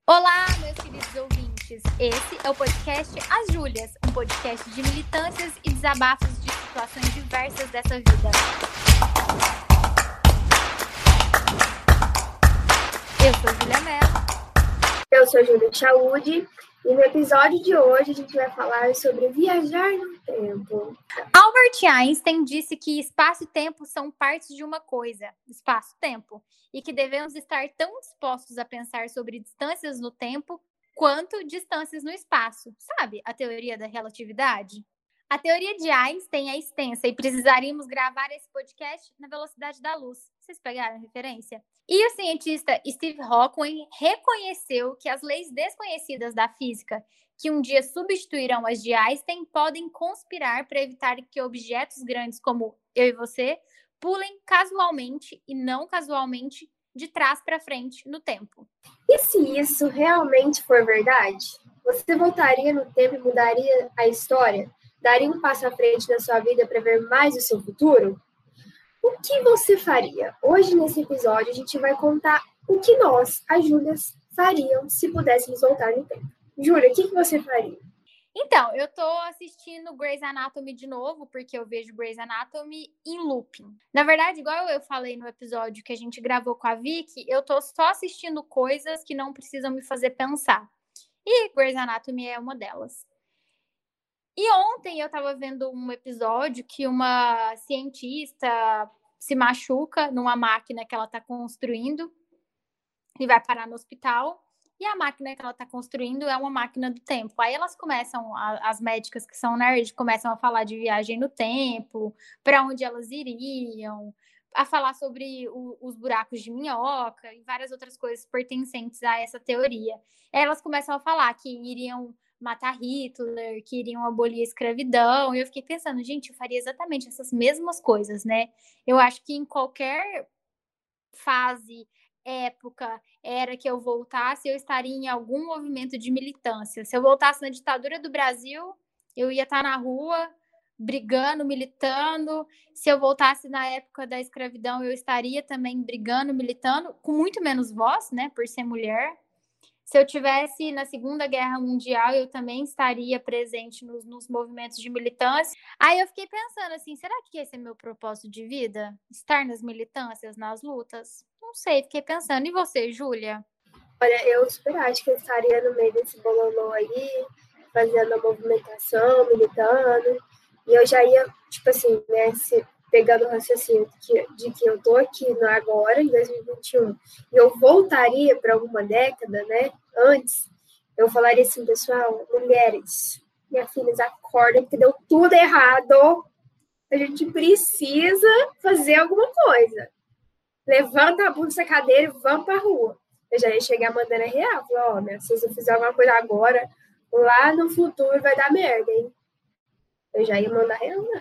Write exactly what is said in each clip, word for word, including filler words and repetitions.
Olá, meus queridos ouvintes. Esse é o podcast As Júlias, um podcast de militâncias e desabafos de situações diversas dessa vida. Eu sou Júlia Mello. Eu sou Júlia Chaúde e no episódio de hoje a gente vai falar sobre viajar no tempo. Albert Einstein disse que espaço e tempo são partes de uma coisa, espaço-tempo, e que devemos estar tão dispostos a pensar sobre distâncias no tempo quanto distâncias no espaço. Sabe a teoria da relatividade? A teoria de Einstein é extensa e precisaríamos gravar esse podcast na velocidade da luz. Vocês pegaram a referência? E o cientista Steve Hawking reconheceu que as leis desconhecidas da física, que um dia substituirão as de Einstein, podem conspirar para evitar que objetos grandes como eu e você pulem casualmente e não casualmente de trás para frente no tempo. E se isso realmente for verdade? Você voltaria no tempo e mudaria a história? Daria um passo à frente na sua vida para ver mais o seu futuro? O que você faria? Hoje, nesse episódio, a gente vai contar o que nós, as Júlias, faríamos se pudéssemos voltar no tempo. Júlia, o que você faria? Então, eu tô assistindo Grey's Anatomy de novo, porque eu vejo Grey's Anatomy em looping. Na verdade, igual eu falei no episódio que a gente gravou com a Vicky, eu tô só assistindo coisas que não precisam me fazer pensar. E Grey's Anatomy é uma delas. E ontem eu tava vendo um episódio que uma cientista se machuca numa máquina que ela tá construindo e vai parar no hospital. E a máquina que ela tá construindo é uma máquina do tempo. Aí elas começam, as médicas que são nerd, começam a falar de viagem no tempo, para onde elas iriam, a falar sobre o, os buracos de minhoca e várias outras coisas pertencentes a essa teoria. Aí elas começam a falar que iriam matar Hitler, que iriam abolir a escravidão. E eu fiquei pensando, gente, eu faria exatamente essas mesmas coisas, né? Eu acho que em qualquer fase, época, era que eu voltasse, eu estaria em algum movimento de militância. Se eu voltasse na ditadura do Brasil, eu ia estar na rua, brigando, militando. Se eu voltasse na época da escravidão, eu estaria também brigando, militando, com muito menos voz, né, por ser mulher. Se eu tivesse na Segunda Guerra Mundial, eu também estaria presente nos, nos movimentos de militância. Aí eu fiquei pensando assim, será que esse é meu propósito de vida? Estar nas militâncias, nas lutas? Não sei, fiquei pensando. E você, Júlia? Olha, eu super acho que eu estaria no meio desse bololô aí, fazendo a movimentação, militando. E eu já ia, tipo assim, né, se, pegando o raciocínio de que, de que eu tô aqui no agora, em dois mil e vinte e um, e eu voltaria para alguma década, né, antes, eu falaria assim, pessoal, mulheres, minhas filhas, acordem que deu tudo errado, a gente precisa fazer alguma coisa. Levanta a bunda dessa cadeira e vamos pra rua. Eu já ia chegar mandando a real, falar, ó, minha, se eu fizer alguma coisa agora, lá no futuro vai dar merda, hein? Eu já ia mandar real, né?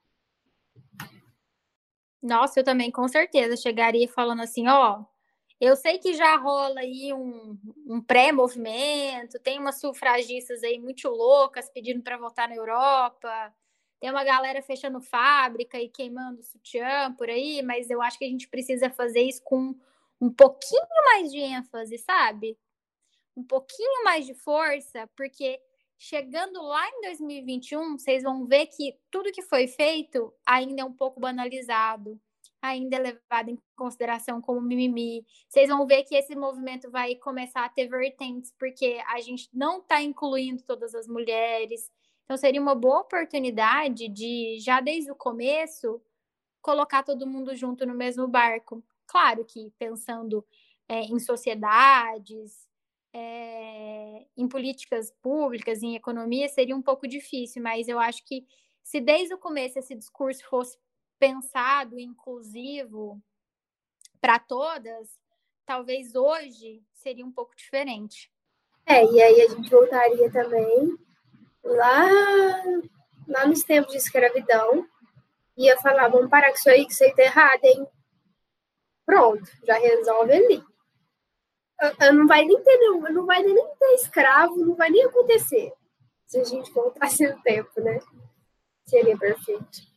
Nossa, eu também, com certeza, chegaria falando assim, ó, eu sei que já rola aí um, um pré-movimento, tem umas sufragistas aí muito loucas pedindo para votar na Europa, tem uma galera fechando fábrica e queimando sutiã por aí, mas eu acho que a gente precisa fazer isso com um pouquinho mais de ênfase, sabe? Um pouquinho mais de força, porque chegando lá em dois mil e vinte e um, vocês vão ver que tudo que foi feito ainda é um pouco banalizado, ainda é levado em consideração como mimimi. Vocês vão ver que esse movimento vai começar a ter vertentes, porque a gente não está incluindo todas as mulheres. Então, seria uma boa oportunidade de, já desde o começo, colocar todo mundo junto no mesmo barco. Claro que pensando é, em sociedades, é, em políticas públicas, em economia, seria um pouco difícil, mas eu acho que se desde o começo esse discurso fosse pensado, inclusivo para todas, talvez hoje seria um pouco diferente. É, e aí a gente voltaria também lá, lá nos tempos de escravidão, ia falar, vamos parar com isso aí, que isso aí tá errado, hein? Pronto, já resolve ali. Eu, eu não vai nem ter, não, não vai nem ter escravo, não vai nem acontecer. Se a gente voltasse no tempo, né? Seria perfeito.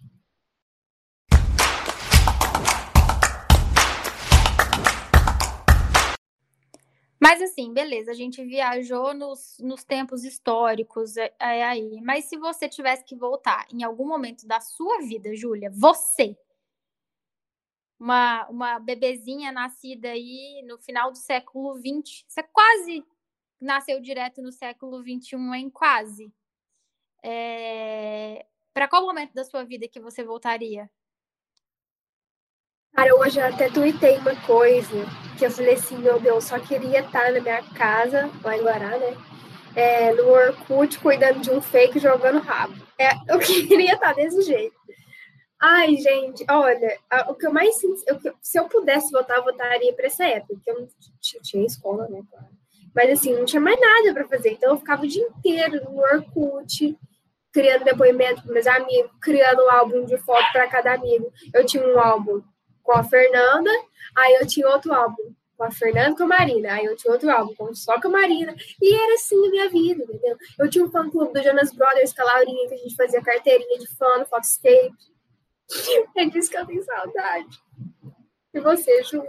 Mas assim, beleza, a gente viajou nos, nos tempos históricos é, é aí. Mas se você tivesse que voltar em algum momento da sua vida, Júlia, você, uma, uma bebezinha nascida aí no final do século vinte, você quase nasceu direto no século vinte e um, hein? Quase. É... Para qual momento da sua vida que você voltaria? Cara, hoje eu até tuitei uma coisa que eu falei assim, meu Deus, só queria estar na minha casa, lá em Guará, né? É, no Orkut, cuidando de um fake jogando rabo. É, eu queria estar desse jeito. Ai, gente, olha, o que eu mais sinto, eu, se eu pudesse votar, eu votaria para essa época, porque eu não tinha escola, né, claro. Mas assim, não tinha mais nada para fazer, então eu ficava o dia inteiro no Orkut, criando depoimento para meus amigos, criando um álbum de foto para cada amigo. Eu tinha um álbum com a Fernanda, aí eu tinha outro álbum com a Fernanda e com a Marina, aí eu tinha outro álbum com só com a Marina, e era assim a minha vida, entendeu? Eu tinha um fã-clube do Jonas Brothers com a Laurinha, que a gente fazia carteirinha de fã no Foxtape. É disso que eu tenho saudade. E você, Ju?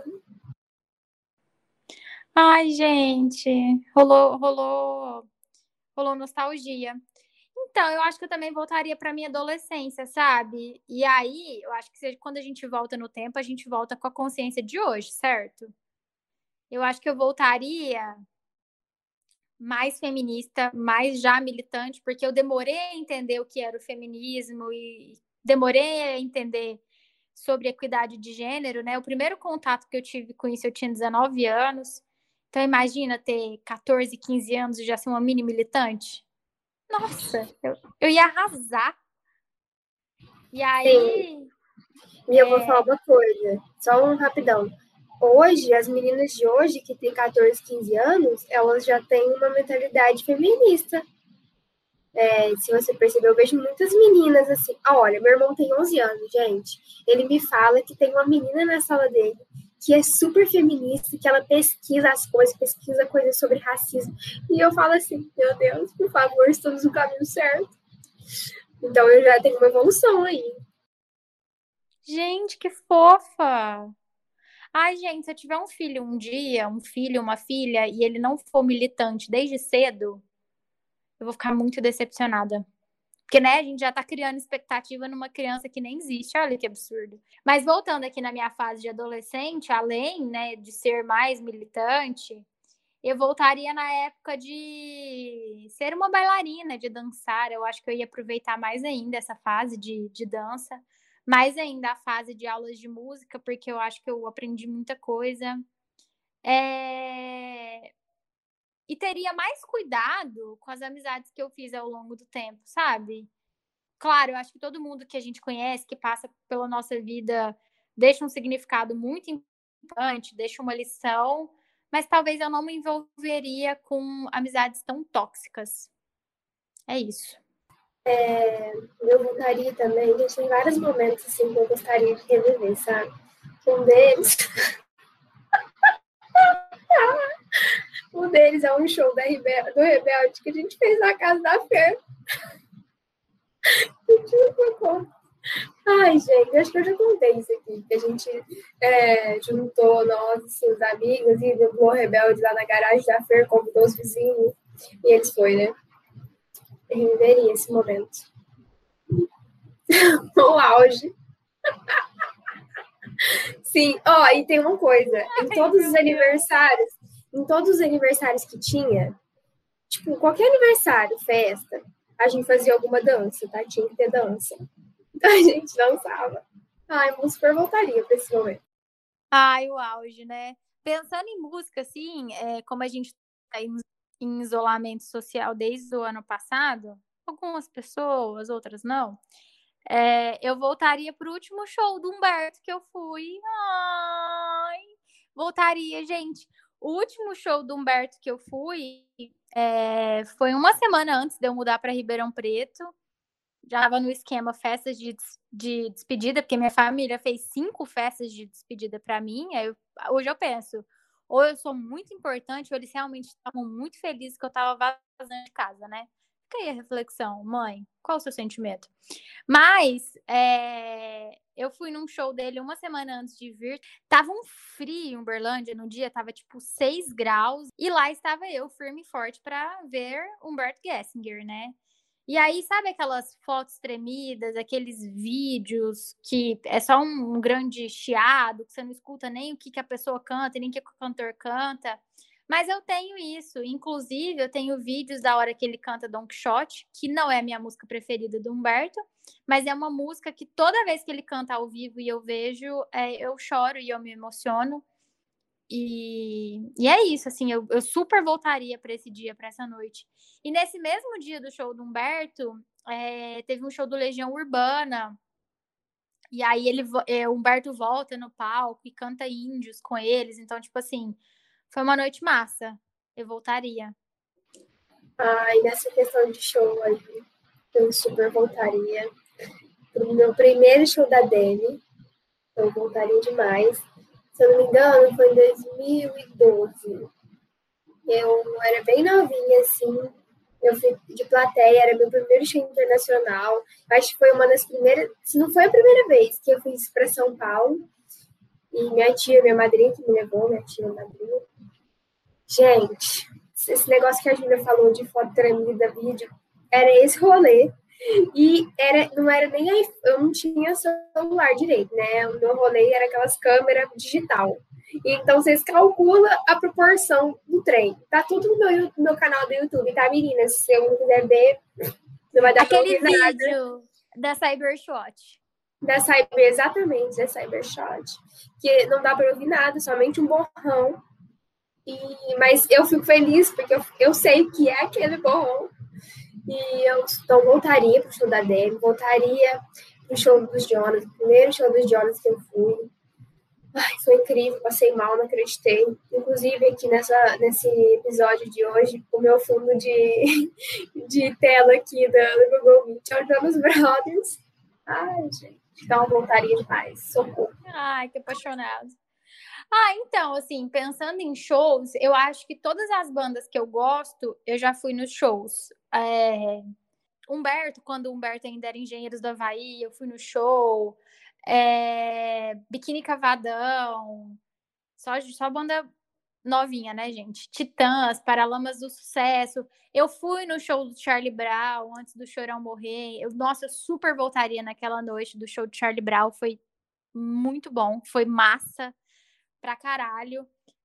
Ai, gente, rolou, rolou, rolou nostalgia. Então, eu acho que eu também voltaria para minha adolescência, sabe? E aí, eu acho que quando a gente volta no tempo, a gente volta com a consciência de hoje, certo? Eu acho que eu voltaria mais feminista, mais já militante, porque eu demorei a entender o que era o feminismo e demorei a entender sobre equidade de gênero, né? O primeiro contato que eu tive com isso, eu tinha dezenove anos. Então, imagina ter catorze, quinze anos e já ser uma mini militante. Nossa, eu, eu ia arrasar. E Sim. aí. E eu vou falar É... uma coisa, só um rapidão. Hoje, as meninas de hoje, que têm catorze, quinze anos, elas já têm uma mentalidade feminista. É, se você perceber, eu vejo muitas meninas assim. Ah, olha, meu irmão tem onze anos, gente. Ele me fala que tem uma menina na sala dele que é super feminista, que ela pesquisa as coisas, pesquisa coisas sobre racismo. E eu falo assim, meu Deus, por favor, estamos no caminho certo. Então eu já tenho uma evolução aí. Gente, que fofa! Ai, gente, se eu tiver um filho um dia, um filho, uma filha, e ele não for militante desde cedo, eu vou ficar muito decepcionada. Porque, né, a gente já tá criando expectativa numa criança que nem existe. Olha que absurdo. Mas voltando aqui na minha fase de adolescente, além, né, de ser mais militante, eu voltaria na época de ser uma bailarina, de dançar. Eu acho que eu ia aproveitar mais ainda essa fase de, de dança, mais ainda a fase de aulas de música, porque eu acho que eu aprendi muita coisa. É... E teria mais cuidado com as amizades que eu fiz ao longo do tempo, sabe? Claro, eu acho que todo mundo que a gente conhece, que passa pela nossa vida, deixa um significado muito importante, deixa uma lição, mas talvez eu não me envolveria com amizades tão tóxicas. É isso. É, eu voltaria também, gente, tem vários momentos assim que eu gostaria de reviver, sabe? Um deles, um deles é um show da Rebel, do Rebelde que a gente fez na casa da Fer. Ai, gente, acho que eu já contei isso aqui, que a gente é, juntou nós, assim, os amigos, e levou o Rebelde lá na garagem da Fer, convidou os vizinhos, e eles foi, né? Eu reviveria esse momento. O auge. Sim, ó, e tem uma coisa, em Ai, todos meu os Deus. aniversários, em todos os aniversários que tinha, tipo, qualquer aniversário, festa, a gente fazia alguma dança, tá? Tinha que ter dança. Então a gente dançava. Ai, eu super voltaria pra esse momento. Ai, o auge, né? Pensando em música, assim, é, como a gente está em, em isolamento social desde o ano passado, algumas pessoas, outras não. É, eu voltaria pro último show do Humberto que eu fui. Ai, voltaria, gente. O último show do Humberto que eu fui é, foi uma semana antes de eu mudar para Ribeirão Preto. Já estava no esquema festas de, de despedida, porque minha família fez cinco festas de despedida para mim. Aí eu, hoje eu penso, ou eu sou muito importante, ou eles realmente estavam muito felizes que eu estava vazando de casa, né? Fica aí a reflexão, mãe. Qual o seu sentimento? Mas é, eu fui num show dele uma semana antes de vir. Tava um frio em Uberlândia no dia, tava tipo seis graus. E lá estava eu, firme e forte, para ver Humberto Gessinger, né? E aí, sabe aquelas fotos tremidas, aqueles vídeos que é só um, um grande chiado, que você não escuta nem o que, que a pessoa canta, nem o que o cantor canta? Mas eu tenho isso. Inclusive, eu tenho vídeos da hora que ele canta Don Quixote, que não é a minha música preferida do Humberto, mas é uma música que toda vez que ele canta ao vivo e eu vejo, é, eu choro e eu me emociono. E, e é isso, assim, eu, eu super voltaria para esse dia, para essa noite. E nesse mesmo dia do show do Humberto, é, teve um show do Legião Urbana. E aí ele, é, o Humberto volta no palco e canta Índios com eles. Então, tipo assim, foi uma noite massa. Eu voltaria. Ai, nessa questão de show aí, eu super voltaria. Pro meu primeiro show da Demi, eu voltaria demais. Se eu não me engano, foi em dois mil e doze. Eu era bem novinha, assim. Eu fui de plateia, era meu primeiro show internacional. Acho que foi uma das primeiras, se não foi a primeira vez que eu fui para São Paulo. E minha tia, minha madrinha que me levou, minha tia madrinha. Gente, esse negócio que a Júlia falou de foto tremida, vídeo, era esse rolê. E era, não era nem aí, eu não tinha celular direito, né? O meu rolê era aquelas câmeras digital. Então, vocês calculam a proporção do trem. Tá tudo no meu, no meu canal do YouTube, tá, meninas? Se eu não quiser ver, não vai dar Aquele pra ouvir vídeo nada. Da Cybershot. Da Cyber, exatamente, da Cybershot. Que não dá pra ouvir nada, somente um borrão. E, mas eu fico feliz, porque eu, eu sei que é aquele borrão. E eu então, voltaria pro show da Demi, voltaria pro show dos Jonas, o primeiro show dos Jonas que eu fui. Ai, foi incrível, passei mal, não acreditei. Inclusive, aqui nessa, nesse episódio de hoje, o meu fundo de, de tela aqui do, do Google Meet é o Jonas Brothers. Ai, gente, então voltaria demais. Socorro. Ai, que apaixonado. Ah, então, assim, pensando em shows, eu acho que todas as bandas que eu gosto, eu já fui nos shows. É... Humberto, quando o Humberto ainda era Engenheiros do Havaí, eu fui no show. É... Biquíni Cavadão, só, só banda novinha, né, gente? Titãs, Paralamas do Sucesso. Eu fui no show do Charlie Brown antes do Chorão morrer. Eu, nossa, eu super voltaria naquela noite do show do Charlie Brown. Foi muito bom, foi massa pra caralho.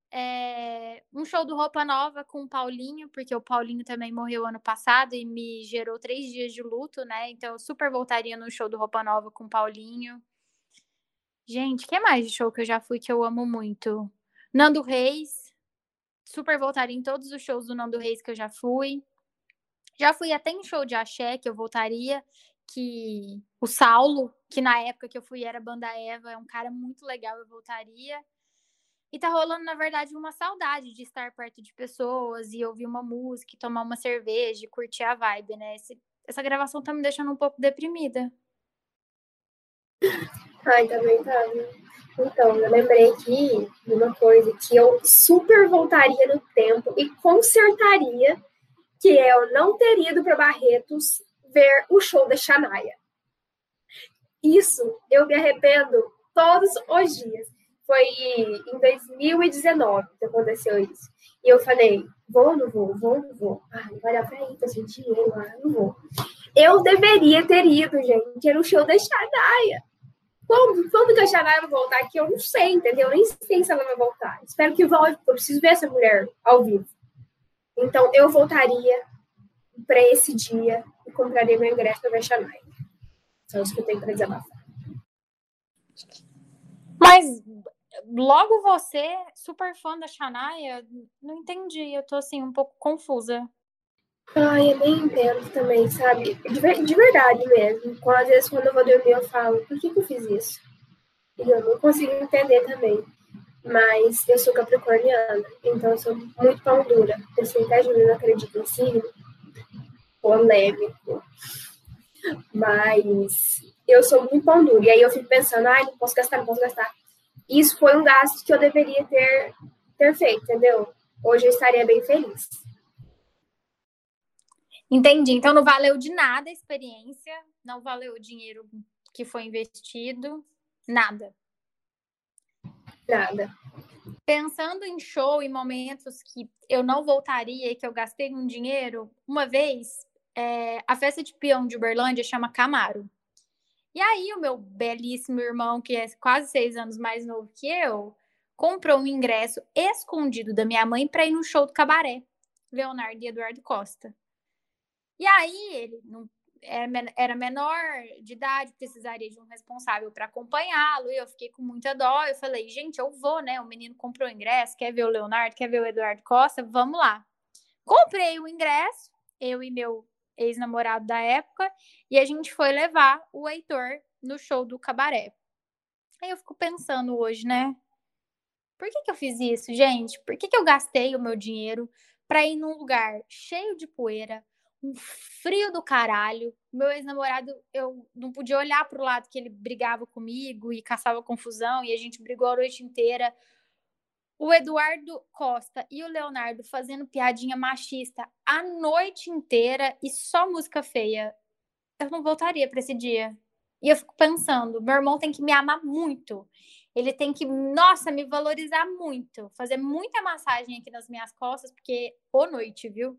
É, um show do Roupa Nova com o Paulinho, porque o Paulinho também morreu ano passado e me gerou três dias de luto, né? Então eu super voltaria no show do Roupa Nova com o Paulinho. Gente, que mais de show que eu já fui que eu amo muito? Nando Reis, super voltaria em todos os shows do Nando Reis que eu já fui. Já fui até em show de axé que eu voltaria, que o Saulo, que na época que eu fui era Banda Eva, é um cara muito legal, eu voltaria. E tá rolando, na verdade, uma saudade de estar perto de pessoas e ouvir uma música, e tomar uma cerveja, e curtir a vibe, né? Esse, essa gravação tá me deixando um pouco deprimida. Ai, também tá. Então, eu lembrei aqui de uma coisa que eu super voltaria no tempo e consertaria, que é eu não ter ido para Barretos ver o show da Shania. Isso, eu me arrependo todos os dias. Foi em dois mil e dezenove que aconteceu isso. E eu falei, vou ou não vou? Vou ou não vou? Ah, não vai dar pra ir, tô sem dinheiro, ah, não vou. Eu deveria ter ido, gente. Era o show da Shania. Quando, quando que a Shania vai voltar aqui, eu não sei, entendeu? Eu nem sei se ela vai voltar. Espero que volte, porque eu preciso ver essa mulher ao vivo. Então, eu voltaria para esse dia e compraria meu ingresso para ver a Shania. Só isso que eu tenho para desabafar. Mas logo você, super fã da Shania, não entendi. Eu tô, assim, um pouco confusa. Ai, eu nem entendo também, sabe? De, de verdade mesmo. Quando, às vezes, quando eu vou dormir, eu falo, por que, que eu fiz isso? E eu não consigo entender também. Mas eu sou capricorniana, então eu sou muito pão dura. Eu sei que a Júlia não acredita em signo polêmico. Mas eu sou muito pão dura. E aí eu fico pensando, ai, não posso gastar, não posso gastar. Isso foi um gasto que eu deveria ter, ter feito, entendeu? Hoje eu estaria bem feliz. Entendi. Então não valeu de nada a experiência, não valeu o dinheiro que foi investido, nada. Nada. Pensando em show e momentos que eu não voltaria e que eu gastei um dinheiro, uma vez, é, a festa de peão de Uberlândia chama Camaro. E aí o meu belíssimo irmão, que é quase seis anos mais novo que eu, comprou um ingresso escondido da minha mãe para ir no show do Cabaré, Leonardo e Eduardo Costa. E aí ele não era menor de idade, precisaria de um responsável para acompanhá-lo, e eu fiquei com muita dó. Eu falei, gente, eu vou, né? O menino comprou o ingresso, quer ver o Leonardo, quer ver o Eduardo Costa, vamos lá. Comprei o ingresso, eu e meu ex-namorado da época, e a gente foi levar o Heitor no show do Cabaré. Aí eu fico pensando hoje, né? Por que que eu fiz isso, gente? Por que que eu gastei o meu dinheiro para ir num lugar cheio de poeira, um frio do caralho? Meu ex-namorado, eu não podia olhar pro lado que ele brigava comigo e caçava confusão, e a gente brigou a noite inteira. O Eduardo Costa e o Leonardo fazendo piadinha machista a noite inteira e só música feia. Eu não voltaria para esse dia. E eu fico pensando, meu irmão tem que me amar muito. Ele tem que, nossa, me valorizar muito. Fazer muita massagem aqui nas minhas costas, porque ô noite, viu?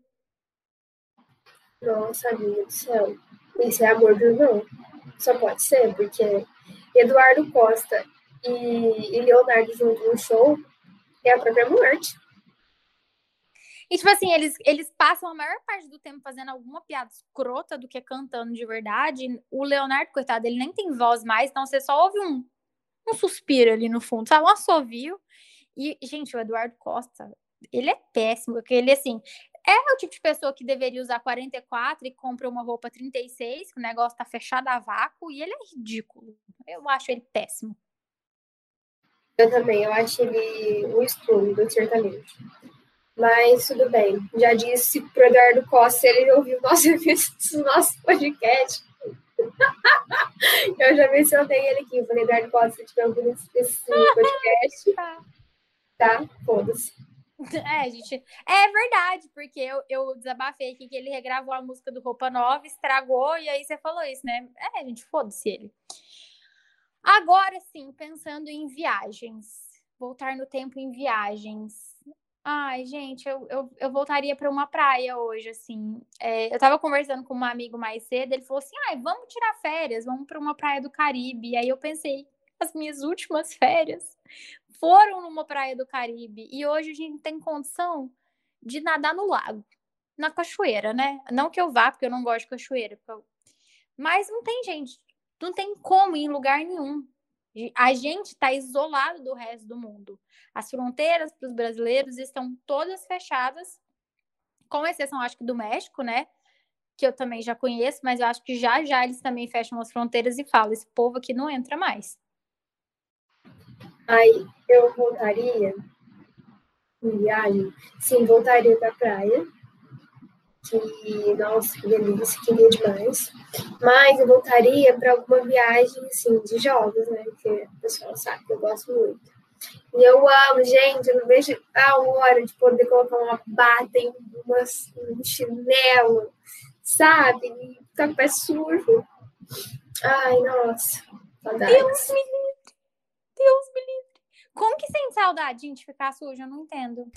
Nossa, amiga do céu. Isso é amor do irmão. Só pode ser, porque Eduardo Costa e, e Leonardo juntos no show é a própria morte. E, tipo assim, eles, eles passam a maior parte do tempo fazendo alguma piada escrota do que cantando de verdade. O Leonardo, coitado, ele nem tem voz mais, então você só ouve um, um suspiro ali no fundo, sabe? Um assovio. E, gente, o Eduardo Costa, ele é péssimo, porque ele, assim, é o tipo de pessoa que deveria usar quarenta e quatro e compra uma roupa trinta e seis, que o negócio tá fechado a vácuo, e ele é ridículo. Eu acho ele péssimo. Eu também, eu acho ele o estudo do sertanejo. Mas tudo bem. Já disse pro Eduardo Costa, ele ouviu nosso, nosso podcast. Eu já mencionei ele aqui. Eu falei, Eduardo Costa, se tiver ouvindo esse podcast, tá? Foda-se. É, gente, é verdade, porque eu, eu desabafei aqui que ele regravou a música do Roupa Nova, estragou, e aí você falou isso, né? É, gente, foda-se ele. Agora sim, pensando em viagens, voltar no tempo em viagens. Ai, gente, eu, eu, eu voltaria para uma praia hoje, assim. É, eu tava conversando com um amigo mais cedo, ele falou assim: ai, vamos tirar férias, vamos para uma praia do Caribe. E aí eu pensei, as minhas últimas férias foram numa praia do Caribe. E hoje a gente tem condição de nadar no lago, na cachoeira, né? Não que eu vá, porque eu não gosto de cachoeira. Mas não tem gente, não tem como ir em lugar nenhum. A gente está isolado do resto do mundo. As fronteiras para os brasileiros estão todas fechadas, com exceção, acho que, do México, né? Que eu também já conheço, mas eu acho que já já eles também fecham as fronteiras e falam: esse povo aqui não entra mais. Aí eu voltaria em viagem, sim, voltaria pra praia, que, nossa, que delícia, queria demais. Mas eu voltaria para alguma viagem, assim, de jogos, né? Que o pessoal sabe que eu gosto muito. E eu amo, gente, eu não vejo a hora de poder colocar uma bata em umas, um chinelo, sabe? E ficar com o pé sujo. Ai, nossa, Deus saudades. me livre, Deus me livre. Como que sente saudade, gente, de ficar suja? Eu não entendo.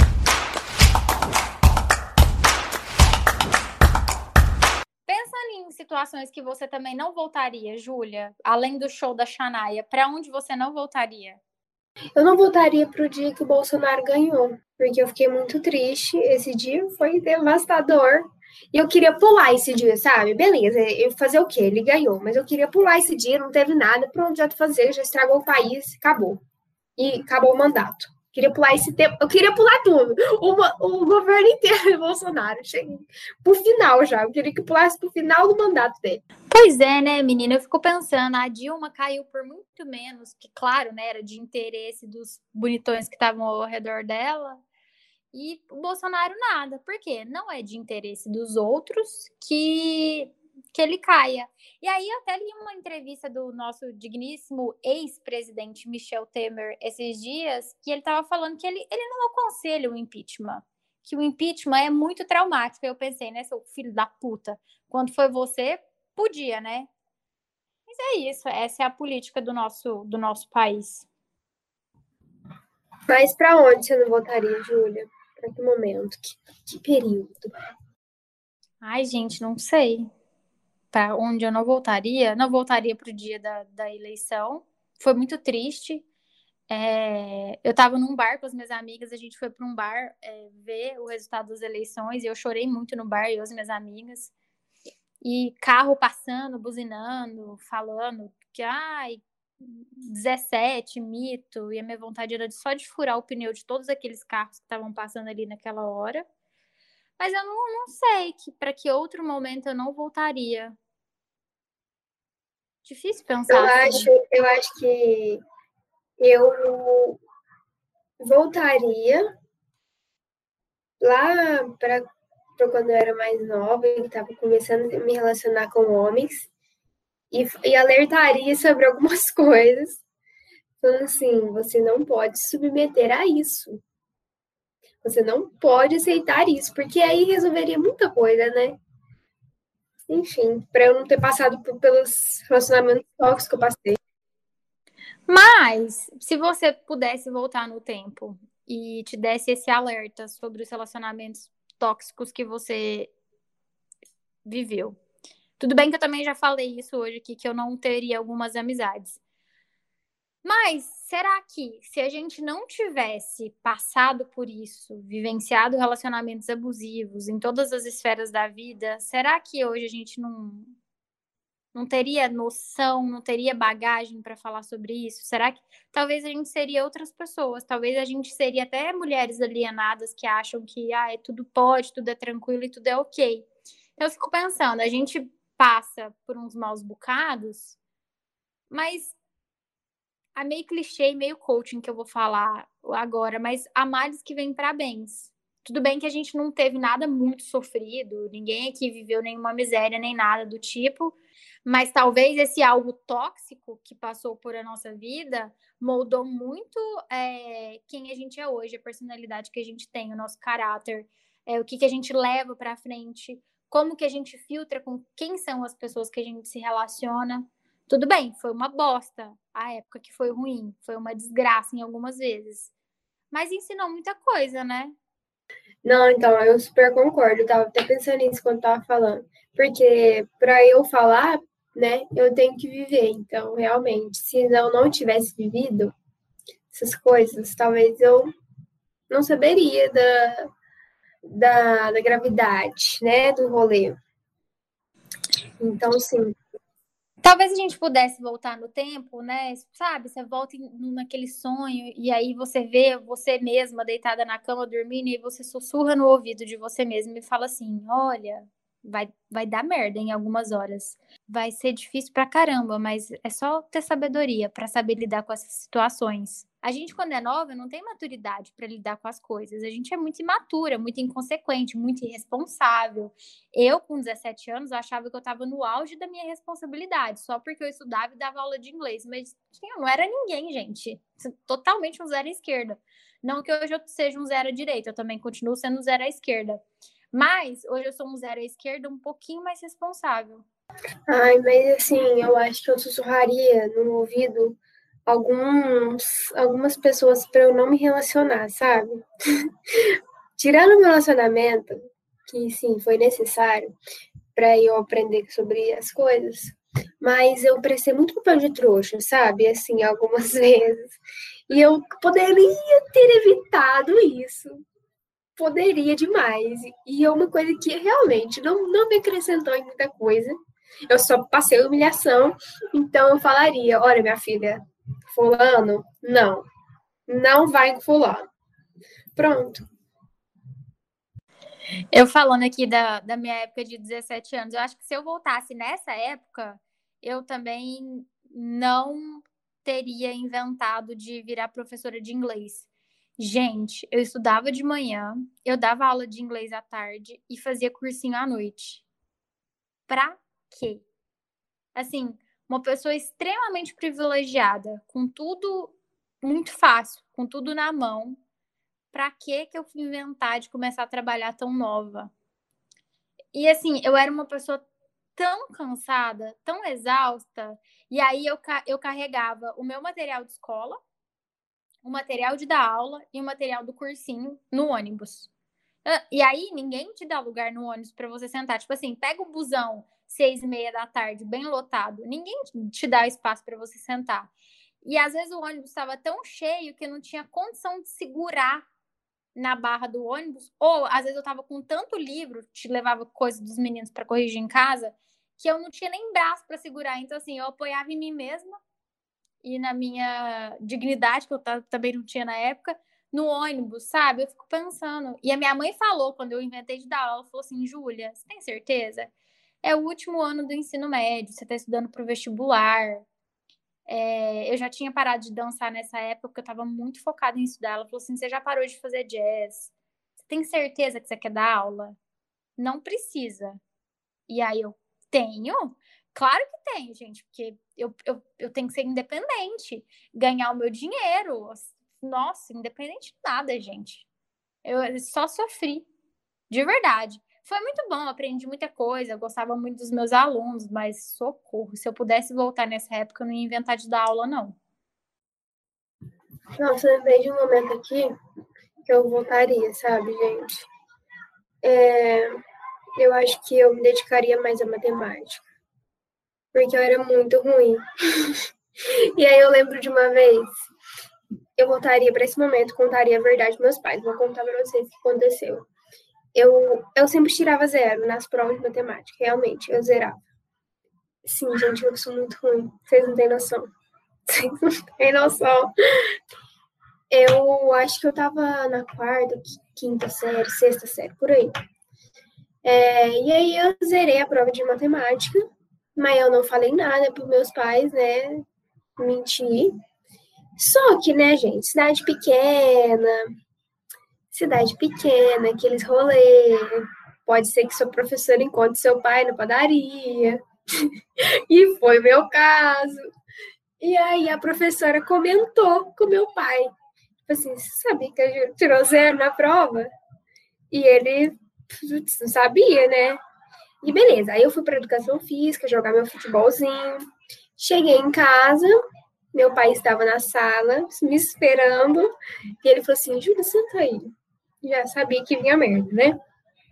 Pensando em situações que você também não voltaria, Júlia, além do show da Shania, para onde você não voltaria? Eu não voltaria pro dia que o Bolsonaro ganhou, porque eu fiquei muito triste. Esse dia foi devastador. E eu queria pular esse dia, sabe? Beleza, eu fazer o quê? Ele ganhou, mas eu queria pular esse dia, não teve nada, pronto, já fazer, já estragou o país, acabou. E acabou o mandato. Queria pular esse tempo, eu queria pular tudo. Uma, o governo inteiro de Bolsonaro. Cheguei pro final já. Eu queria que pulasse pro final do mandato dele. Pois é, né, menina? Eu fico pensando, a Dilma caiu por muito menos, que claro, né, era de interesse dos bonitões que estavam ao redor dela. E o Bolsonaro nada. Por quê? Não é de interesse dos outros que, que ele caia. E aí eu até li uma entrevista do nosso digníssimo ex-presidente Michel Temer esses dias, que ele estava falando que ele, ele não aconselha o impeachment. que o impeachment é muito traumático. Eu pensei, né, seu filho da puta, quando foi você, podia, né? Mas é isso, essa é a política do nosso, do nosso país. Mas para onde você não votaria, Júlia? Para que momento? Que, que período? Ai, gente, não sei. Para onde eu não voltaria? Não voltaria pro dia da, da eleição. Foi muito triste. É, eu estava num bar com as minhas amigas, a gente foi para um bar é, ver o resultado das eleições e eu chorei muito no bar, eu e as minhas amigas. E carro passando, buzinando, falando que, ai, dezessete, mito, e a minha vontade era de, só de furar o pneu de todos aqueles carros que estavam passando ali naquela hora. Mas eu não, não sei que para que outro momento eu não voltaria. Difícil Eu pensar assim. acho, eu acho que eu voltaria lá para quando eu era mais nova e estava começando a me relacionar com homens e, e alertaria sobre algumas coisas, falando assim, você não pode se submeter a isso. Você não pode aceitar isso, porque aí resolveria muita coisa, né? Enfim, para eu não ter passado por, pelos relacionamentos tóxicos que eu passei. Mas, se você pudesse voltar no tempo e te desse esse alerta sobre os relacionamentos tóxicos que você viveu. Tudo bem que eu também já falei isso hoje aqui, que eu não teria algumas amizades. Mas será que se a gente não tivesse passado por isso, vivenciado relacionamentos abusivos em todas as esferas da vida, será que hoje a gente não, não teria noção, não teria bagagem para falar sobre isso? Será que talvez a gente seria outras pessoas? Talvez a gente seria até mulheres alienadas que acham que ah, é tudo pode, tudo é tranquilo e tudo é ok. Então eu fico pensando, a gente passa por uns maus bocados, mas é meio clichê, meio coaching que eu vou falar agora, mas há males que vêm para bens. Tudo bem que a gente não teve nada muito sofrido, ninguém aqui viveu nenhuma miséria nem nada do tipo, mas talvez esse algo tóxico que passou por a nossa vida moldou muito é, quem a gente é hoje, a personalidade que a gente tem, o nosso caráter, é, o que, que a gente leva para frente, como que a gente filtra com quem são as pessoas que a gente se relaciona. Tudo bem, foi uma bosta a época que foi ruim, foi uma desgraça em algumas vezes, mas ensinou muita coisa, né? Não, então, eu super concordo. Eu tava até pensando nisso quando tava falando. Porque para eu falar, né, eu tenho que viver. Então, realmente, se eu não tivesse vivido essas coisas, talvez eu não saberia da, da, da gravidade, né, do rolê. Então, sim. Talvez a gente pudesse voltar no tempo, né? Sabe, você volta em- naquele sonho e aí você vê você mesma deitada na cama dormindo e você sussurra no ouvido de você mesma e fala assim: olha, vai, vai dar merda em algumas horas. Vai ser difícil pra caramba, mas é só ter sabedoria pra saber lidar com essas situações. A gente, quando é nova, não tem maturidade pra lidar com as coisas. A gente é muito imatura, muito inconsequente, muito irresponsável. Eu, com dezessete anos, achava que eu estava no auge da minha responsabilidade, só porque eu estudava e dava aula de inglês. Mas eu não era ninguém, gente. Totalmente um zero à esquerda. Não que hoje eu seja um zero à direita, eu também continuo sendo um zero à esquerda. Mas hoje eu sou um zero à esquerda um pouquinho mais responsável. Ai, mas assim, eu acho que eu sussurraria no ouvido alguns, algumas pessoas para eu não me relacionar, sabe? Tirando o meu relacionamento, que sim, foi necessário para eu aprender sobre as coisas, mas eu prestei muito papel de trouxa, sabe? Assim, algumas vezes. E eu poderia ter evitado isso. Poderia demais. E é uma coisa que realmente não, não me acrescentou em muita coisa. Eu só passei humilhação. Então eu falaria: olha, minha filha, fulano, não. Não vai com fulano. Pronto. Eu falando aqui da, da minha época de dezessete anos, eu acho que se eu voltasse nessa época, eu também não teria inventado de virar professora de inglês. Gente, eu estudava de manhã, eu dava aula de inglês à tarde e fazia cursinho à noite. Pra quê? Assim, uma pessoa extremamente privilegiada, com tudo muito fácil, com tudo na mão, pra que que eu fui inventar de começar a trabalhar tão nova? E assim, eu era uma pessoa tão cansada, tão exausta, e aí eu, eu carregava o meu material de escola, o material de dar aula e o material do cursinho no ônibus. E aí ninguém te dá lugar no ônibus para você sentar. Tipo assim, pega o busão seis e meia da tarde, bem lotado. Ninguém te dá espaço para você sentar. E às vezes o ônibus estava tão cheio que eu não tinha condição de segurar na barra do ônibus. Ou às vezes eu tava com tanto livro, te levava coisa dos meninos para corrigir em casa, que eu não tinha nem braço para segurar. Então assim, eu apoiava em mim mesma e na minha dignidade, que eu também não tinha na época, no ônibus, sabe? Eu fico pensando. E a minha mãe falou, quando eu inventei de dar aula, ela falou assim, Júlia, você tem certeza? É o último ano do ensino médio, você tá estudando pro vestibular. É, eu já tinha parado de dançar nessa época, porque eu tava muito focada em estudar. Ela falou assim, você já parou de fazer jazz? Você tem certeza que você quer dar aula? Não precisa. E aí eu, tenho? Claro que tenho, gente, porque eu, eu, eu tenho que ser independente, ganhar o meu dinheiro. Nossa, independente de nada, gente. Eu só sofri, de verdade. Foi muito bom, aprendi muita coisa, eu gostava muito dos meus alunos, mas socorro, se eu pudesse voltar nessa época, eu não ia inventar de dar aula, não. Nossa, eu lembrei de um momento aqui que eu voltaria, sabe, gente? É, eu acho que eu me dedicaria mais à matemática, porque eu era muito ruim. E aí eu lembro de uma vez, eu voltaria para esse momento, contaria a verdade para meus pais. Vou contar para vocês o que aconteceu. Eu, eu sempre tirava zero nas provas de matemática, realmente, eu zerava. Sim, gente, eu sou muito ruim. Vocês não têm noção. Vocês não têm noção. Eu acho que eu tava na quarta, quinta série, sexta série, por aí. É, e aí eu zerei a prova de matemática, mas eu não falei nada pros meus pais, né? Menti. Só que, né, gente, cidade pequena, cidade pequena, aqueles rolês. Pode ser que sua professora encontre seu pai na padaria. E foi meu caso. E aí a professora comentou com meu pai. Tipo assim, você sabia que a Ju tirou zero na prova? E ele putz, não sabia, né? E beleza, aí eu fui para educação física, jogar meu futebolzinho. Cheguei em casa, meu pai estava na sala, me esperando. E ele falou assim, Júlia, senta aí. Já sabia que vinha merda, né?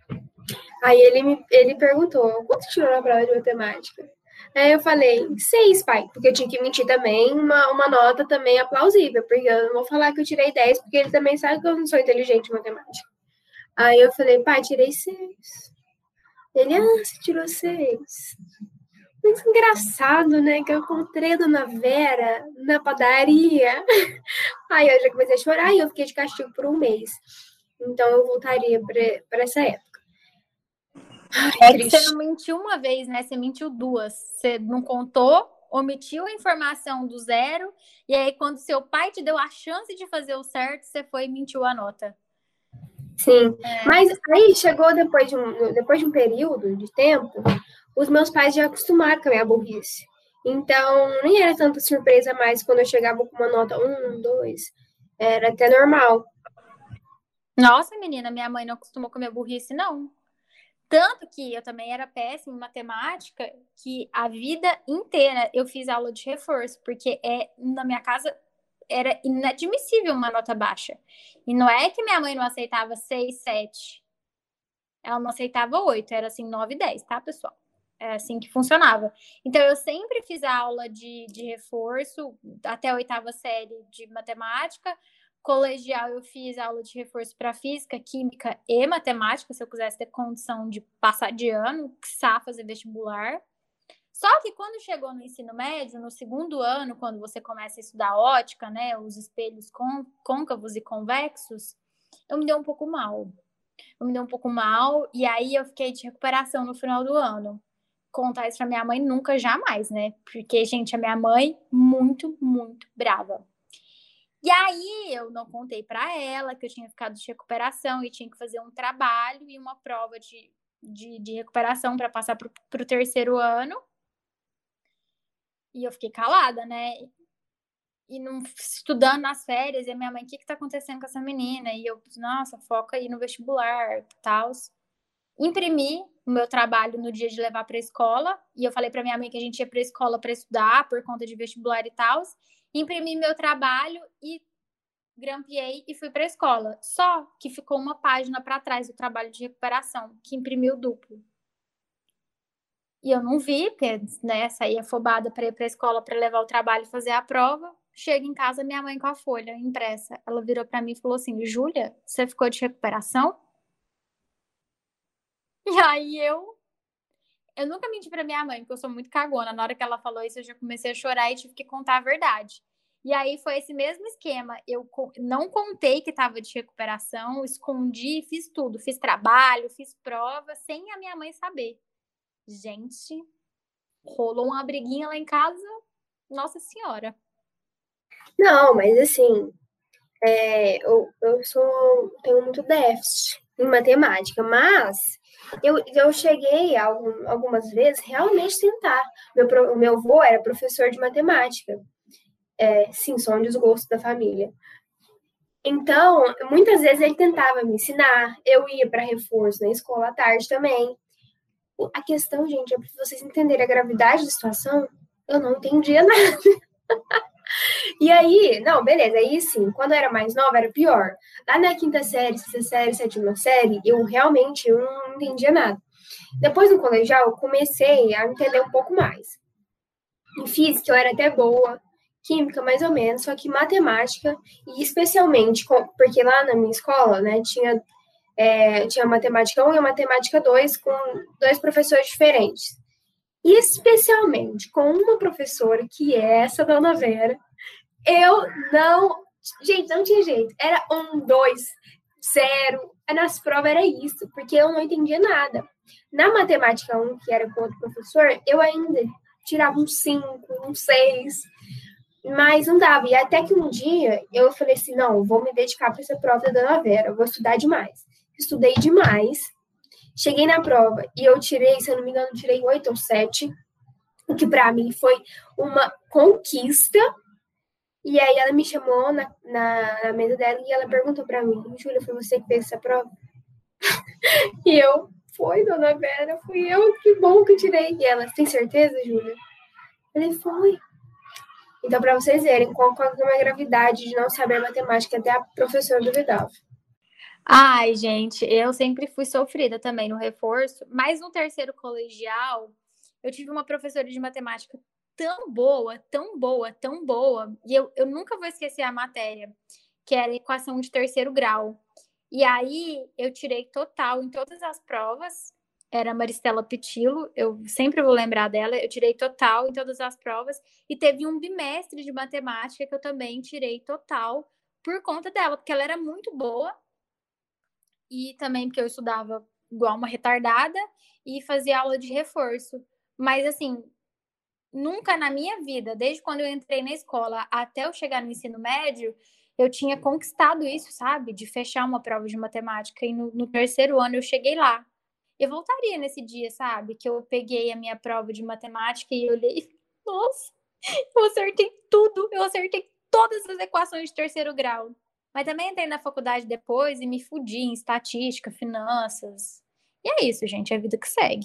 Aí ele, me, ele perguntou, quanto tirou na prova de matemática? Aí eu falei, seis, pai, porque eu tinha que mentir também uma, uma nota também aplausível, porque eu não vou falar que eu tirei dez, porque ele também sabe que eu não sou inteligente em matemática. Aí eu falei, pai, tirei seis. Ele, ah, você tirou seis. Muito engraçado, né? Que eu encontrei a Dona Vera na padaria. Aí eu já comecei a chorar e eu fiquei de castigo por um mês. Então eu voltaria para essa época. Ai, é que você não mentiu uma vez, né? Você mentiu duas. Você não contou, omitiu a informação do zero, e aí quando seu pai te deu a chance de fazer o certo, você foi e mentiu a nota. Sim, é. Mas aí chegou depois de, um, depois de um período de tempo, os meus pais já acostumaram com a minha burrice. Então, nem era tanta surpresa mais quando eu chegava com uma nota um, dois. Era até normal. Nossa, menina, minha mãe não acostumou com a minha burrice, não. Tanto que eu também era péssima em matemática, que a vida inteira eu fiz aula de reforço, porque é, na minha casa era inadmissível uma nota baixa. E não é que minha mãe não aceitava seis, sete. Ela não aceitava oito, era assim nove, dez, tá, pessoal? É assim que funcionava. Então, eu sempre fiz a aula de, de reforço até a oitava série de matemática. Colegial, eu fiz aula de reforço para física, química e matemática, se eu quisesse ter condição de passar de ano, que fazer vestibular. Só que quando chegou no ensino médio, no segundo ano, quando você começa a estudar ótica, né, os espelhos côncavos e convexos, eu me dei um pouco mal. Eu me dei um pouco mal, e aí eu fiquei de recuperação no final do ano. Contar isso pra minha mãe nunca, jamais, né? Porque, gente, a minha mãe, muito, muito brava. E aí eu não contei pra ela que eu tinha ficado de recuperação e tinha que fazer um trabalho e uma prova de, de, de recuperação para passar pro, pro terceiro ano. E eu fiquei calada, né? e não estudando nas férias, e a minha mãe, o que que tá acontecendo com essa menina? E eu, nossa, foca aí no vestibular, tal. Imprimi o meu trabalho no dia de levar para a escola, e eu falei para minha mãe que a gente ia para a escola para estudar por conta de vestibular e tal. Imprimi meu trabalho e grampeei e fui para a escola. Só que ficou uma página para trás do trabalho de recuperação, que imprimiu duplo. E eu não vi, porque, né, saí afobada para ir para a escola para levar o trabalho e fazer a prova. Chego em casa, minha mãe com a folha impressa. Ela virou para mim e falou assim: Júlia, você ficou de recuperação? E aí eu Eu nunca menti pra minha mãe, porque eu sou muito cagona. Na hora que ela falou isso, eu já comecei a chorar e tive que contar a verdade. E aí foi esse mesmo esquema. Eu não contei que estava de recuperação, escondi, fiz tudo. Fiz trabalho, fiz prova, sem a minha mãe saber. Gente, rolou uma briguinha lá em casa. Nossa Senhora. Não, mas assim, é, eu, eu sou, tenho muito déficit em matemática, mas eu, eu cheguei algum, algumas vezes realmente tentar. Meu, pro- o meu avô era professor de matemática. É, sim, só um desgosto da família. Então, muitas vezes ele tentava me ensinar, eu ia para reforço na escola à tarde também. A questão, gente, é para vocês entenderem a gravidade da situação, eu não entendia nada. E aí, não, beleza, aí sim, quando eu era mais nova era pior. Lá na quinta série, sexta série, sétima série, eu realmente eu não entendia nada. Depois no colegial, eu comecei a entender um pouco mais. Em física, eu era até boa, química mais ou menos, só que matemática, e especialmente, porque lá na minha escola, né, tinha, é, tinha matemática um e matemática dois com dois professores diferentes. E especialmente com uma professora, que é essa dona Vera, eu não. Gente, não tinha jeito. Era um, dois, zero. Nas provas era isso, porque eu não entendia nada. Na matemática um, que era com outro professor, eu ainda tirava um cinco, um seis, mas não dava. E até que um dia eu falei assim: não, vou me dedicar para essa prova da Dona Vera, vou estudar demais. Estudei demais. Cheguei na prova e eu tirei, se eu não me engano, tirei oito ou sete, o que para mim foi uma conquista. E aí ela me chamou na, na, na mesa dela e ela perguntou pra mim: Júlia, foi você que fez essa prova? E eu, foi, dona Vera, fui eu, que bom que eu tirei. E ela, tem certeza, Júlia? Eu falei, foi. Então, pra vocês verem qual, qual é a gravidade de não saber matemática, até a professora duvidava. Ai, gente, eu sempre fui sofrida também no reforço, mas no terceiro colegial, eu tive uma professora de matemática tão boa, tão boa, tão boa, e eu, eu nunca vou esquecer a matéria, que era equação de terceiro grau. E aí eu tirei total em todas as provas, era Maristela Pitilo, eu sempre vou lembrar dela, eu tirei total em todas as provas, e teve um bimestre de matemática que eu também tirei total por conta dela, porque ela era muito boa, e também porque eu estudava igual uma retardada e fazia aula de reforço. Mas, assim, nunca na minha vida, desde quando eu entrei na escola até eu chegar no ensino médio, eu tinha conquistado isso, sabe? De fechar uma prova de matemática. E no, no terceiro ano eu cheguei lá. Eu voltaria nesse dia, sabe? Que eu peguei a minha prova de matemática e olhei, nossa, eu acertei tudo. Eu acertei todas as equações de terceiro grau. Mas também entrei na faculdade depois e me fudi em estatística, finanças. E é isso, gente, é a vida que segue.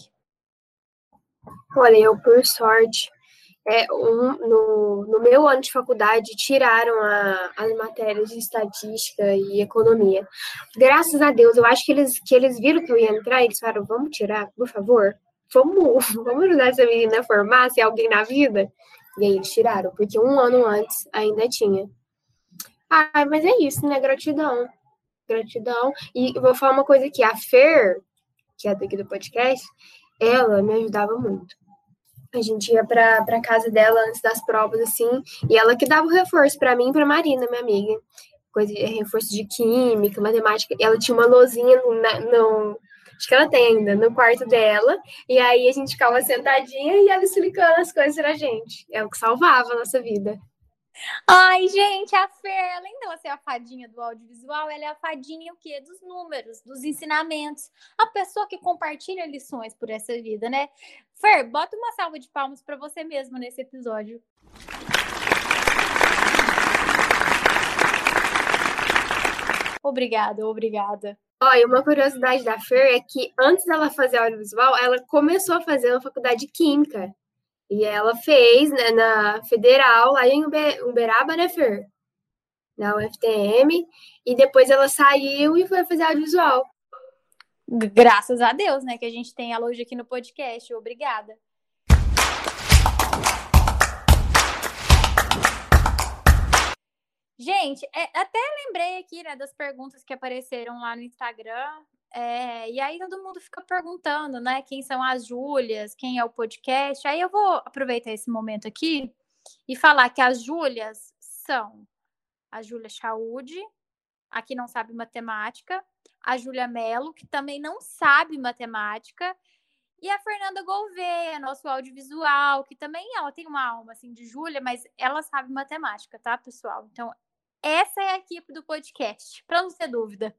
Olha, eu, por sorte, é, um, no, no meu ano de faculdade, tiraram a, as matérias de estatística e economia. Graças a Deus, eu acho que eles, que eles viram que eu ia entrar e eles falaram, vamos tirar, por favor? Vamos, vamos ajudar essa menina a formar, se é alguém na vida? E aí eles tiraram, porque um ano antes ainda tinha. Ah, mas é isso, né? Gratidão. Gratidão. E eu vou falar uma coisa aqui. A Fer, que é daqui do podcast, ela me ajudava muito. A gente ia pra, pra casa dela antes das provas, assim, e ela que dava o reforço pra mim e pra Marina, minha amiga. Coisa de reforço de química, matemática. E ela tinha uma lousinha no, no, acho que ela tem ainda, no quarto dela. E aí a gente ficava sentadinha e ela explicando as coisas pra gente. É o que salvava a nossa vida. Ai, gente, a Fer, além dela ser a fadinha do audiovisual, ela é a fadinha o quê? Dos números, dos ensinamentos. A pessoa que compartilha lições por essa vida, né? Fer, bota uma salva de palmas para você mesmo nesse episódio. Obrigada, obrigada. Olha, uma curiosidade da Fer é que antes dela fazer audiovisual, ela começou a fazer uma faculdade de Química. E ela fez, né, na Federal, lá em Uberaba, né, Fer? Na U F T M. E depois ela saiu e foi fazer audiovisual. Graças a Deus, né, que a gente tem ela hoje aqui no podcast. Obrigada. Gente, é, até lembrei aqui, né, das perguntas que apareceram lá no Instagram. É, e aí todo mundo fica perguntando, né, quem são as Júlias, quem é o podcast. Aí eu vou aproveitar esse momento aqui e falar que as Júlias são a Júlia Chaude, a que não sabe matemática, a Júlia Mello, que também não sabe matemática, e a Fernanda Gouveia, nosso audiovisual, que também ela tem uma alma assim de Júlia, mas ela sabe matemática, tá, pessoal? Então, essa é a equipe do podcast, para não ter dúvida.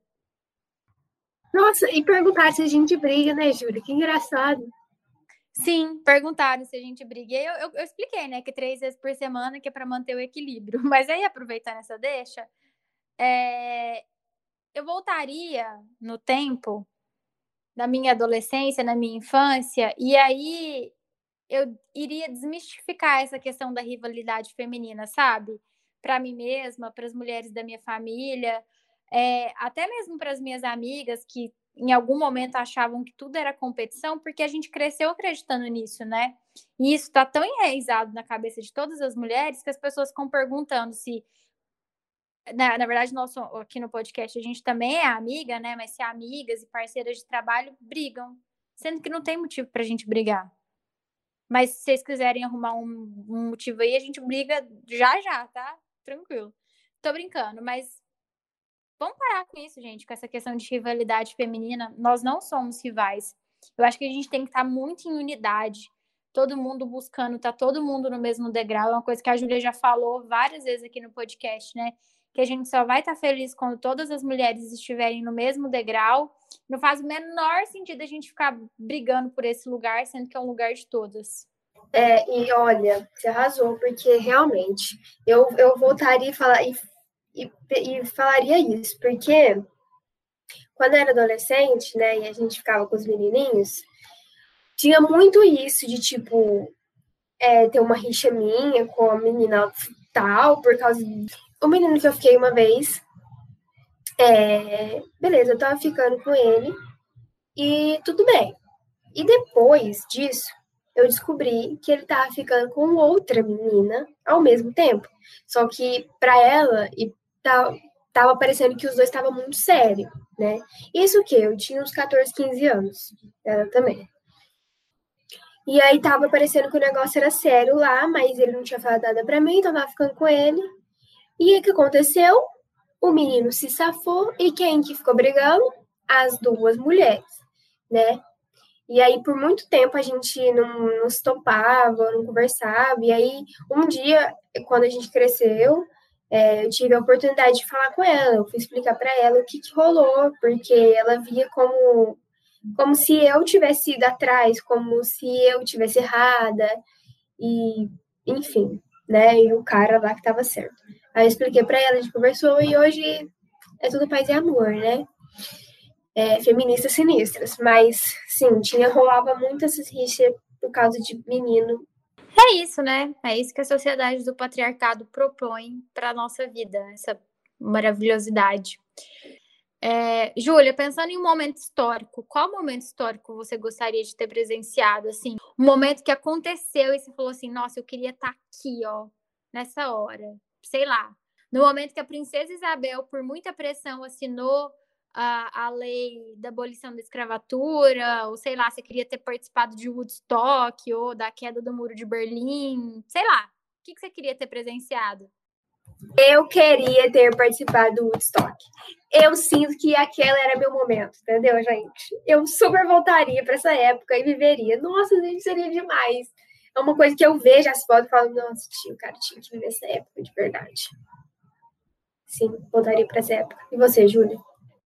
Nossa, e perguntaram se a gente briga, né, Júlia? Que engraçado. Sim, perguntaram se a gente briga. E eu, eu, eu expliquei, né, que três vezes por semana que é para manter o equilíbrio. Mas aí, aproveitando essa deixa, é... eu voltaria no tempo da minha adolescência, na minha infância, e aí eu iria desmistificar essa questão da rivalidade feminina, sabe? Para mim mesma, para as mulheres da minha família, é, até mesmo para as minhas amigas que em algum momento achavam que tudo era competição, porque a gente cresceu acreditando nisso, né? E isso está tão enraizado na cabeça de todas as mulheres que as pessoas ficam perguntando se na, na verdade, nosso, aqui no podcast a gente também é amiga, né? Mas se amigas e parceiras de trabalho brigam, sendo que não tem motivo pra gente brigar. Mas se vocês quiserem arrumar um, um motivo aí, a gente briga já já, tá? Tranquilo. Tô brincando, mas vamos parar com isso, gente, com essa questão de rivalidade feminina. Nós não somos rivais. Eu acho que a gente tem que estar muito em unidade. Todo mundo buscando, tá todo mundo no mesmo degrau. É uma coisa que a Júlia já falou várias vezes aqui no podcast, né? Que a gente só vai estar feliz quando todas as mulheres estiverem no mesmo degrau. Não faz o menor sentido a gente ficar brigando por esse lugar, sendo que é um lugar de todas. É, e olha, você arrasou, porque realmente eu, eu voltaria e, falar, e, e, e falaria isso, porque quando eu era adolescente, né, e a gente ficava com os menininhos, tinha muito isso de, tipo, é, ter uma rixa minha com a menina tal, por causa o menino que eu fiquei uma vez, é, beleza, eu tava ficando com ele e tudo bem. E depois disso, eu descobri que ele tava ficando com outra menina ao mesmo tempo. Só que pra ela, e tava, tava parecendo que os dois estavam muito sério, né? Isso o quê? Eu tinha uns catorze, quinze anos. Ela também. E aí tava parecendo que o negócio era sério lá, mas ele não tinha falado nada pra mim, então eu tava ficando com ele. E o que aconteceu? O menino se safou e quem que ficou brigando? As duas mulheres, né? E aí, por muito tempo, a gente não, não se topava, não conversava. E aí, um dia, quando a gente cresceu, é, eu tive a oportunidade de falar com ela. Eu fui explicar para ela o que, que rolou, porque ela via como, como se eu tivesse ido atrás, como se eu tivesse errada. E, enfim, né? E o cara lá que estava certo. Aí eu expliquei para ela, a gente conversou e hoje é tudo paz e amor, né? É, feministas sinistras, mas sim, tinha rolava muito essas rixas por causa de menino. É isso, né? É isso que a sociedade do patriarcado propõe para nossa vida, essa maravilhosidade. É, Júlia, pensando em um momento histórico, qual momento histórico você gostaria de ter presenciado? Assim, um momento que aconteceu e você falou assim: nossa, eu queria estar aqui, ó, nessa hora. Sei lá. No momento que a princesa Isabel, por muita pressão, assinou a, a lei da abolição da escravatura, ou sei lá, você queria ter participado de Woodstock ou da queda do Muro de Berlim, sei lá. O que, que você queria ter presenciado? Eu queria ter participado do Woodstock. Eu sinto que aquele era meu momento, entendeu, gente? Eu super voltaria para essa época e viveria. Nossa, gente, seria demais. É uma coisa que eu vejo as fotos e falo, nossa, tio, cara, tinha que viver essa época de verdade. Sim, voltaria para essa época. E você, Júlia?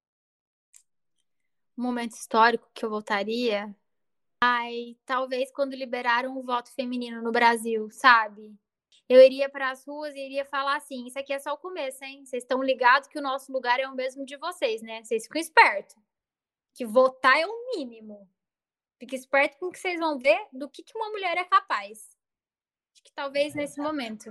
Um momento histórico que eu voltaria? Ai, talvez quando liberaram o voto feminino no Brasil, sabe? eu iria para as ruas e iria falar assim: isso aqui é só o começo, hein? Vocês estão ligados que o nosso lugar é o mesmo de vocês, né? Vocês ficam espertos. Que votar é o mínimo. Fique esperto com o que vocês vão ver do que, que uma mulher é capaz. Acho que talvez nesse momento.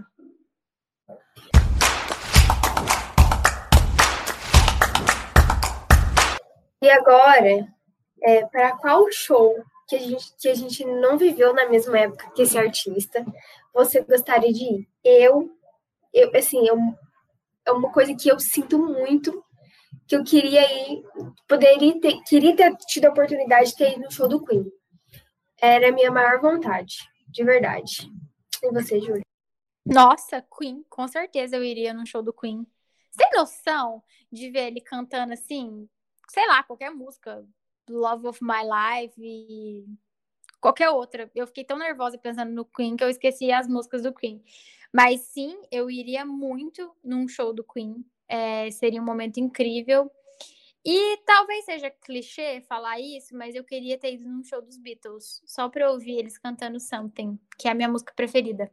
E agora, é, para qual show que a, gente, que a gente não viveu na mesma época que esse artista você gostaria de ir? Eu, eu assim, eu, é uma coisa que eu sinto muito, que eu queria ir, poderia ter, queria ter tido a oportunidade de ter ido no show do Queen. Era a minha maior vontade, de verdade. E você, Júlia? Nossa, Queen, com certeza eu iria no show do Queen. Você tem noção de ver ele cantando assim, sei lá, qualquer música, Love of My Life e qualquer outra. Eu fiquei tão nervosa pensando no Queen que eu esqueci as músicas do Queen. Mas sim, eu iria muito num show do Queen. É, seria um momento incrível. E talvez seja clichê falar isso, mas eu queria ter ido num show dos Beatles, só pra ouvir eles cantando Something, que é a minha música preferida.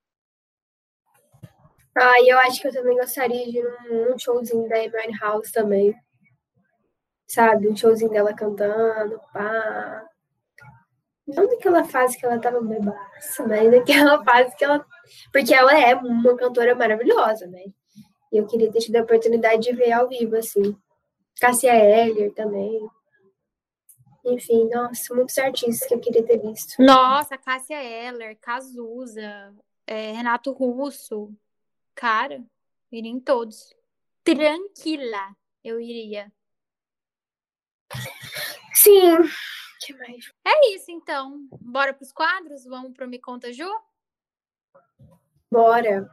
Ah, e eu acho que eu também gostaria de ir num, num showzinho da Amy Winehouse também. Sabe? Um showzinho dela cantando, pá. Não naquela fase que ela tava bebaça, mas naquela fase que ela. Porque ela é uma cantora maravilhosa, né? E eu queria ter tido a oportunidade de ver ao vivo, assim. Cássia Eller também. Enfim, nossa, muitos artistas que eu queria ter visto. Nossa, Cássia Eller, Cazuza, é, Renato Russo. Cara, iria em todos. Tranquila, eu iria. Sim, que mais? É isso, então. Bora pros quadros? Vamos pro Me Conta, Ju? Bora.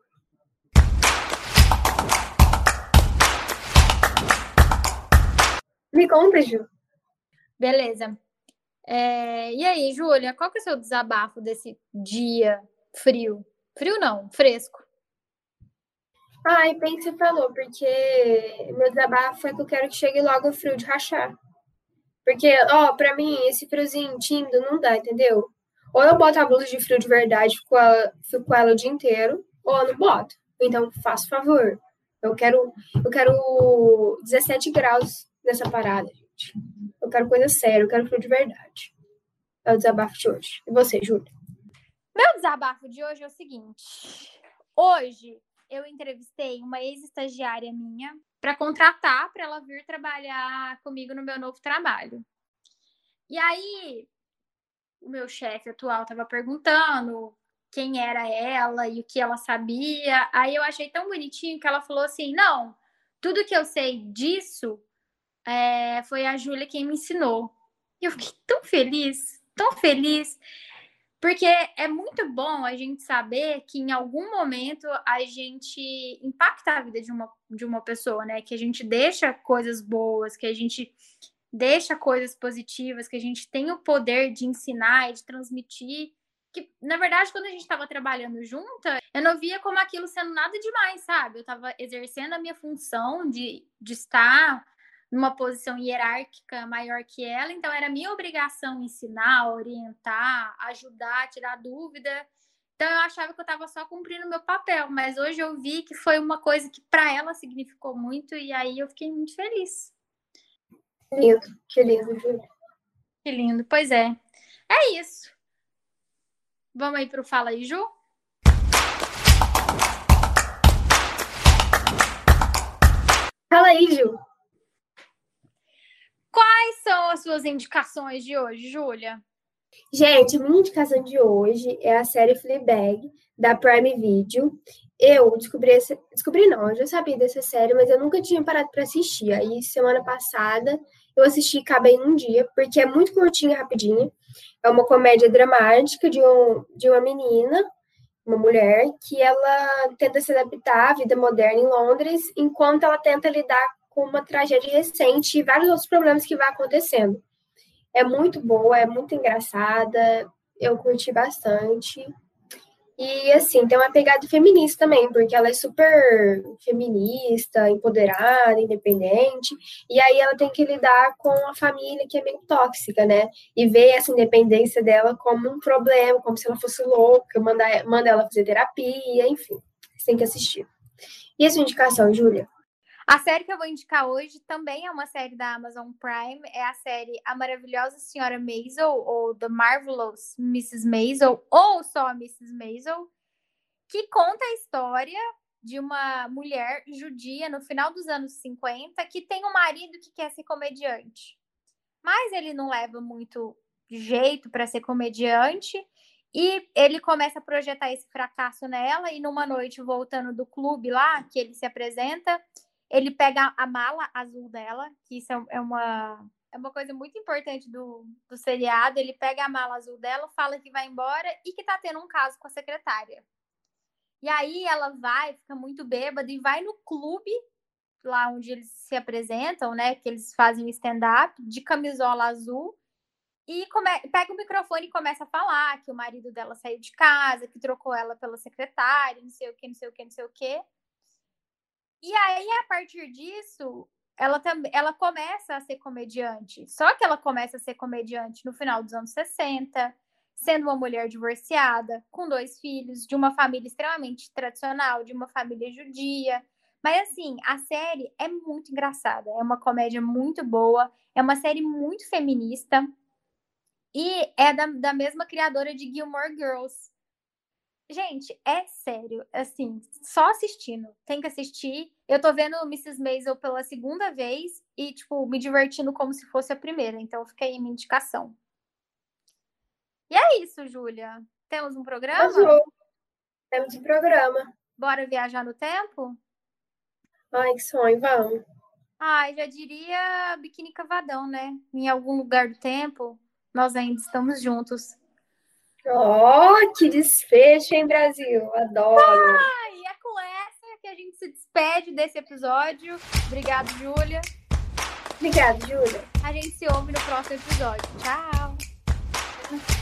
Me conta, Ju. Beleza. É, e aí, Júlia, qual que é o seu desabafo desse dia frio? Frio não, fresco. Ai, bem que você falou, porque meu desabafo é que eu quero que chegue logo o frio de rachar. Porque, ó, pra mim, esse friozinho tímido não dá, entendeu? Ou eu boto a blusa de frio de verdade, fico com ela, fico com ela o dia inteiro, ou eu não boto. Então, faça favor. Eu quero, eu quero dezessete graus nessa parada, gente. Eu quero coisa séria, eu quero frio de verdade. É o desabafo de hoje. E você, Júlia? Meu desabafo de hoje é o seguinte. Hoje eu entrevistei uma ex-estagiária minha para contratar para ela vir trabalhar comigo no meu novo trabalho. E aí, o meu chefe atual estava perguntando quem era ela e o que ela sabia. Aí eu achei tão bonitinho que ela falou assim: não, tudo que eu sei disso é, foi a Júlia quem me ensinou. E eu fiquei tão feliz, tão feliz. Porque é muito bom a gente saber que em algum momento a gente impacta a vida de uma, de uma pessoa, né? Que a gente deixa coisas boas, que a gente deixa coisas positivas, que a gente tem o poder de ensinar e de transmitir. Que, na verdade, quando a gente estava trabalhando junta, eu não via como aquilo sendo nada demais, sabe? Eu estava exercendo a minha função de, de estar numa posição hierárquica maior que ela, então era minha obrigação ensinar, orientar, ajudar, tirar dúvida. Então eu achava que eu estava só cumprindo o meu papel, mas hoje eu vi que foi uma coisa que para ela significou muito e aí eu fiquei muito feliz. Lindo, que lindo, Júlia. Que lindo, pois é. É isso. Vamos aí pro Fala aí, Ju? Fala aí, Ju. Quais são as suas indicações de hoje, Júlia? Gente, minha indicação de hoje é a série Fleabag, da Prime Video. Eu descobri, essa, descobri não, eu já sabia dessa série, mas eu nunca tinha parado para assistir. Aí, semana passada, eu assisti e acabei num dia, porque é muito curtinha, rapidinha. É uma comédia dramática de, um, de uma menina, uma mulher, que ela tenta se adaptar à vida moderna em Londres, enquanto ela tenta lidar com uma tragédia recente e vários outros problemas que vai acontecendo. É muito boa, é muito engraçada, eu curti bastante. E, assim, tem uma pegada feminista também, porque ela é super feminista, empoderada, independente, e aí ela tem que lidar com a família que é meio tóxica, né? E ver essa independência dela como um problema, como se ela fosse louca, manda, manda ela fazer terapia, enfim. Você tem que assistir. E a sua indicação, Júlia? A série que eu vou indicar hoje também é uma série da Amazon Prime, é a série A Maravilhosa Senhora Maisel, ou The Marvelous missus Maisel, ou só missus Maisel, que conta a história de uma mulher judia no final dos anos cinquenta que tem um marido que quer ser comediante. Mas ele não leva muito jeito para ser comediante e ele começa a projetar esse fracasso nela e numa noite voltando do clube lá, que ele se apresenta, ele pega a mala azul dela, que isso é uma, é uma coisa muito importante do, do seriado, ele pega a mala azul dela, fala que vai embora e que tá tendo um caso com a secretária. E aí ela vai, fica muito bêbada e vai no clube, lá onde eles se apresentam, né, que eles fazem stand-up, de camisola azul, e come... pega o microfone e começa a falar que o marido dela saiu de casa, que trocou ela pela secretária, não sei o que, não sei o que, não sei o que. E aí, a partir disso, ela, tam... ela começa a ser comediante. Só que ela começa a ser comediante no final dos anos sessenta, sendo uma mulher divorciada, com dois filhos, de uma família extremamente tradicional, de uma família judia. Mas, assim, a série é muito engraçada. É uma comédia muito boa. É uma série muito feminista. E é da, da mesma criadora de Gilmore Girls. Gente, é sério. Assim, só assistindo. Tem que assistir. Eu tô vendo missus Maisel pela segunda vez e, tipo, me divertindo como se fosse a primeira. Então, fica aí minha indicação. E é isso, Júlia. Temos um programa? Arrasou. Temos um programa. Bora viajar no tempo? Ai, que sonho, vamos. Ai, já diria Biquíni Cavadão, né? Em algum lugar do tempo, nós ainda estamos juntos. Oh, que desfecho, hein, Brasil? Adoro. Ah, e é com essa que a gente se despede desse episódio. Obrigada, Júlia. Obrigada, Júlia. A gente se ouve no próximo episódio. Tchau.